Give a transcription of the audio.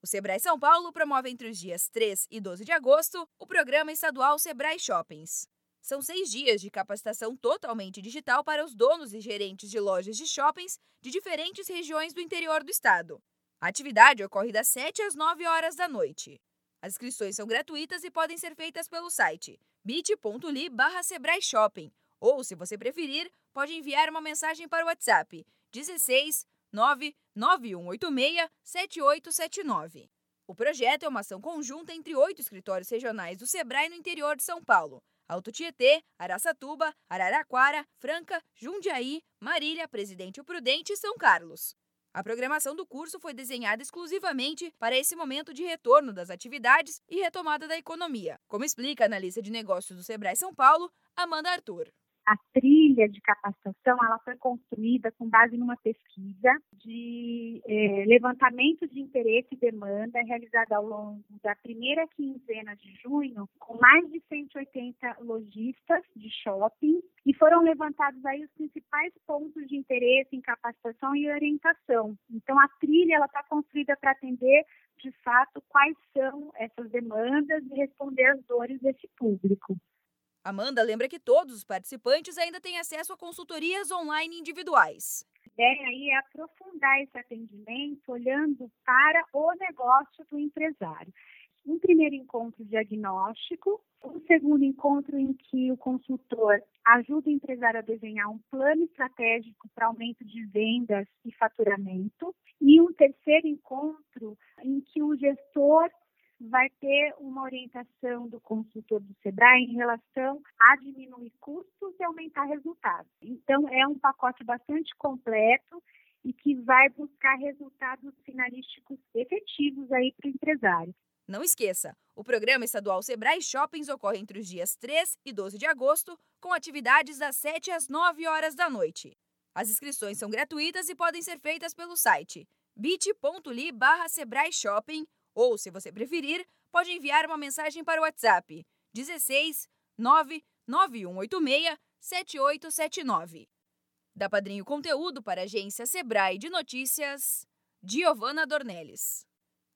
Sebrae São Paulo promove entre os dias 3 e 12 de agosto o programa estadual Sebrae Shoppings. São 6 dias de capacitação totalmente digital para os donos e gerentes de lojas de shoppings de diferentes regiões do interior do estado. A atividade ocorre das 7 às 9 horas da noite. As inscrições são gratuitas e podem ser feitas pelo site bit.ly/Sebrae Shopping ou, se você preferir, pode enviar uma mensagem para o WhatsApp 16 99186 7879. O projeto é uma ação conjunta entre 8 escritórios regionais do Sebrae no interior de São Paulo: Alto Tietê, Araçatuba, Araraquara, Franca, Jundiaí, Marília, Presidente Prudente e São Carlos. A programação do curso foi desenhada exclusivamente para esse momento de retorno das atividades e retomada da economia, como explica a analista de negócios do Sebrae São Paulo, Amanda Arthur. A trilha de capacitação ela foi construída com base numa pesquisa de levantamento de interesse e demanda realizada ao longo da primeira quinzena de junho, com mais de 180 lojistas de shopping, e foram levantados aí os principais pontos de interesse em capacitação e orientação. Então, a trilha está construída para atender, de fato, quais são essas demandas e responder às dores desse público. Amanda lembra que todos os participantes ainda têm acesso a consultorias online individuais. A ideia aí é aprofundar esse atendimento olhando para o negócio do empresário. Um primeiro encontro diagnóstico, um segundo encontro em que o consultor ajuda o empresário a desenhar um plano estratégico para aumento de vendas e faturamento, e um terceiro encontro em que o gestor vai ter uma orientação do consultor do Sebrae em relação a diminuir custos e aumentar resultados. Então, é um pacote bastante completo e que vai buscar resultados finalísticos efetivos aí para o empresário. Não esqueça, o programa estadual Sebrae Shoppings ocorre entre os dias 3 e 12 de agosto, com atividades das 7 às 9 horas da noite. As inscrições são gratuitas e podem ser feitas pelo site bit.ly/Sebrae Shopping ou, se você preferir, pode enviar uma mensagem para o WhatsApp 16 99186 7879. Da Padrinho Conteúdo para a agência Sebrae de Notícias, Giovana Dornelles.